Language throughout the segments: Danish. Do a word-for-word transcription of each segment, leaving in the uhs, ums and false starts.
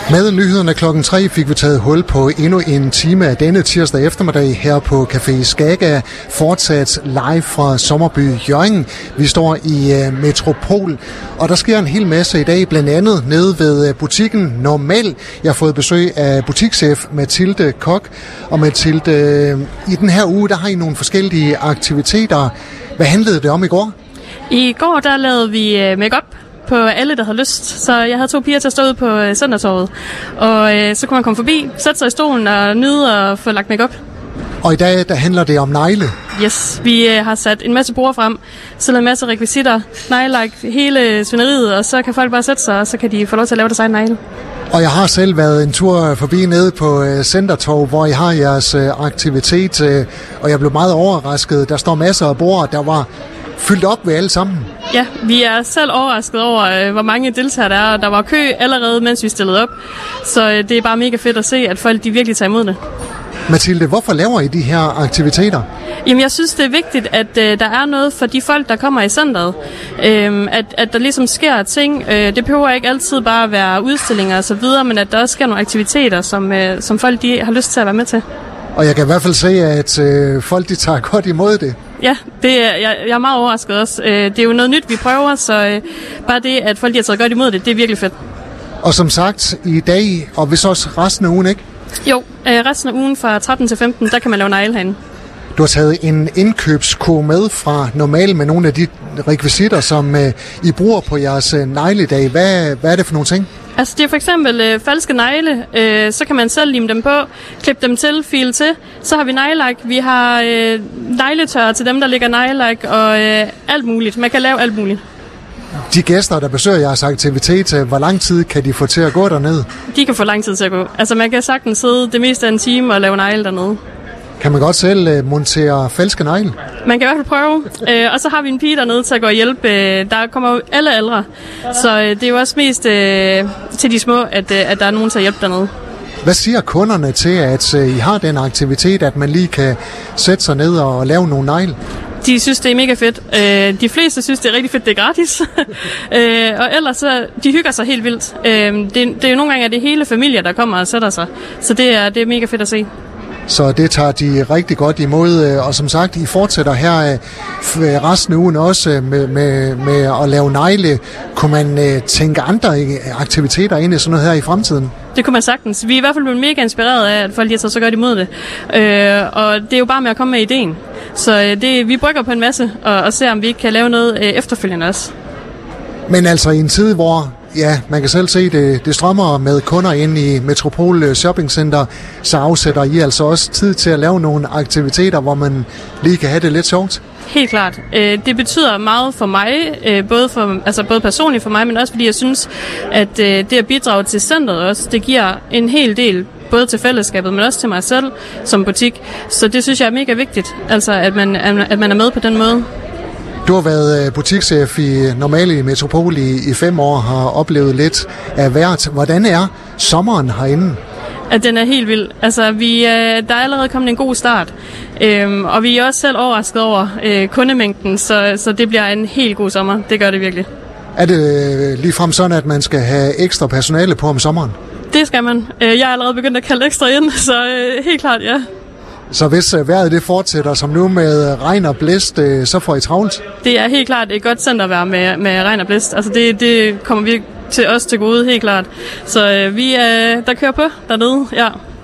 Med nyhederne klokken tre fik vi taget hul på endnu en time af denne tirsdag eftermiddag her på Café Skaga, fortsat live fra Sommerby Hjørring. Vi står i uh, Metropol, og der sker en hel masse i dag, blandt andet nede ved butikken Normal. Jeg har fået besøg af butikschef Mathilde Koch, og Mathilde, i den her uge, der har I nogle forskellige aktiviteter. Hvad handlede det om i går? I går, der lavede vi make-up på alle, der havde lyst. Så jeg havde to piger til at stå ude på Søndertorvet. Og øh, så kunne man komme forbi, sætte sig i stolen og nyde og få lagt make-up. Og i dag, der handler det om negle. Yes, vi øh, har sat en masse borde frem, så en masse rekvisitter, neglelak, hele svineriet, og så kan folk bare sætte sig, og så kan de få lov til at lave deres egen negle. Og jeg har selv været en tur forbi nede på øh, Centertorv, hvor I har jeres øh, aktivitet, øh, og jeg blev meget overrasket. Der står masser af borde, der var fyldt op ved alle sammen. Ja, vi er selv overrasket over, øh, hvor mange deltagere der er. Der var kø allerede, mens vi stillede op. Så øh, det er bare mega fedt at se, at folk de virkelig tager imod det. Mathilde, hvorfor laver I de her aktiviteter? Jamen, jeg synes, det er vigtigt, at øh, der er noget for de folk, der kommer i centret. Øh, at, at der ligesom sker ting. Øh, det behøver ikke altid bare at være udstillinger og så videre, men at der også sker nogle aktiviteter, som, øh, som folk de har lyst til at være med til. Og jeg kan i hvert fald se, at øh, folk de tager godt imod det. Ja, det er, jeg, jeg er meget overrasket også. Det er jo noget nyt, vi prøver, så bare det, at folk har taget godt imod det, det er virkelig fedt. Og som sagt, i dag, og hvis også resten af ugen, ikke? Jo, resten af ugen fra tretten til femten, der kan man lave negle herinde. Du har taget en indkøbskurv med fra Normal med nogle af de rekvisitter, som uh, I bruger på jeres uh, negledag. Hvad, hvad er det for nogle ting? Altså det er for eksempel øh, falske negle, øh, så kan man selv lime dem på, klippe dem til, file til. Så har vi neglelak, vi har øh, negletør til dem, der ligger neglelak og øh, alt muligt. Man kan lave alt muligt. De gæster, der besøger jeres aktivitet, hvor lang tid kan de få til at gå derned? De kan få lang tid til at gå. Altså man kan sagtens sidde det meste af en time og lave negle dernede. Kan man godt selv uh, montere falske negle? Man kan i hvert fald prøve. Øh, og så har vi en pige dernede til at gå og hjælpe. Der kommer jo alle aldre. Så øh, det er jo også mest øh, til de små, at, øh, at der er nogen til at hjælpe dernede. Hvad siger kunderne til, at uh, I har den aktivitet, at man lige kan sætte sig ned og lave nogle negle? De synes, det er mega fedt. Øh, de fleste synes, det er rigtig fedt, det er gratis. øh, og ellers så, de hygger sig helt vildt. Øh, det, det er jo nogle gange, at det er hele familier, der kommer og sætter sig. Så det er, det er mega fedt at se. Så det tager de rigtig godt imod, og som sagt, I fortsætter her resten af ugen også med, med, med at lave negle. Kunne man tænke andre aktiviteter ind i sådan noget her i fremtiden? Det kunne man sagtens. Vi er i hvert fald blevet mega inspireret af, at folk har taget så godt imod det. Øh, og det er jo bare med at komme med ideen. Så det, vi brygger på en masse, og, og ser, om vi ikke kan lave noget øh, efterfølgende også. Men altså i en tid, hvor ja, man kan selv se, det, det strømmer med kunder ind i Metropol Shopping Center, så afsætter I altså også tid til at lave nogle aktiviteter, hvor man lige kan have det lidt sjovt? Helt klart. Det betyder meget for mig, både, for, altså både personligt for mig, men også fordi jeg synes, at det at bidrage til centret også, det giver en hel del, både til fællesskabet, men også til mig selv som butik. Så det synes jeg er mega vigtigt, altså at man, at man er med på den måde. Du har været butikschef i Normal i Metropol i, i fem år, har oplevet lidt af hvert. Hvordan er sommeren herinde? At den er helt vild. Altså, vi, øh, der er allerede kommet en god start, øhm, og vi er også selv overrasket over øh, kundemængden, så, så det bliver en helt god sommer. Det gør det virkelig. Er det ligefrem sådan, at man skal have ekstra personale på om sommeren? Det skal man. Jeg er allerede begyndt at kalde ekstra ind, så øh, helt klart, ja. Så hvis vejret det fortsætter som nu med regn og blæst, så får I travlt? Det er helt klart et godt centervejr med, med regn og blæst. Altså det, det kommer vi til os til gode, helt klart. Så øh, vi øh, der kører på dernede, ja.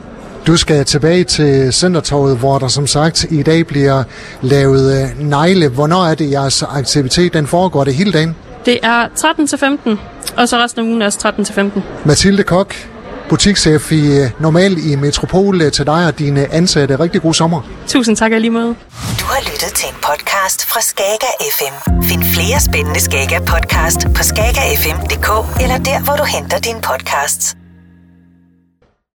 Du skal tilbage til Centertorvet, hvor der som sagt i dag bliver lavet øh, negle. Hvornår er det jeres aktivitet? Den foregår det hele dagen? Det er tretten til femten, og så resten af ugen også tretten til femten. Mathilde Koch, butikschef i Normal i Metropol, til dig og dine ansatte. Rigtig god sommer. Tusind tak alligevel. Du har lyttet til en podcast fra Skaga F M. Find flere spændende Skaga podcast på skaga f m punktum d k eller der, hvor du henter dine podcasts.